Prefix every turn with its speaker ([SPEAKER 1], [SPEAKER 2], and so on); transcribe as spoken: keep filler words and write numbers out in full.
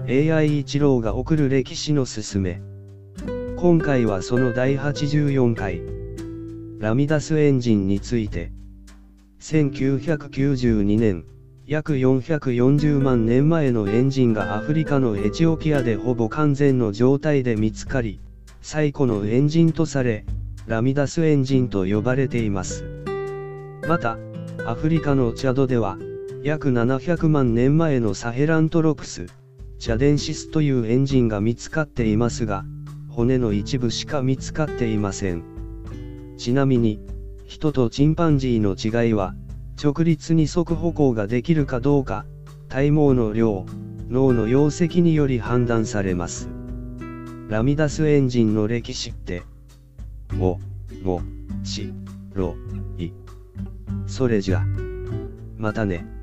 [SPEAKER 1] エーアイ 一郎が送る歴史のすすめ。今回はそのだいはちじゅうよんかい、ラミダスエンジンについて。せんきゅうひゃくきゅうじゅうにねん、約よんひゃくよんじゅうまんねんまえのエンジンがアフリカのエチオピアでほぼ完全の状態で見つかり、最古のエンジンとされ、ラミダスエンジンと呼ばれています。また、アフリカのチャドでは、約ななひゃくまんねんまえのサヘラントロプス、チャデンシスというエンジンが見つかっていますが、骨の一部しか見つかっていません。ちなみに、人とチンパンジーの違いは、直立に側歩行ができるかどうか、体毛の量、脳の容積により判断されます。ラミダスエンジンの歴史って、お、も、し、ろ、い。それじゃ、またね。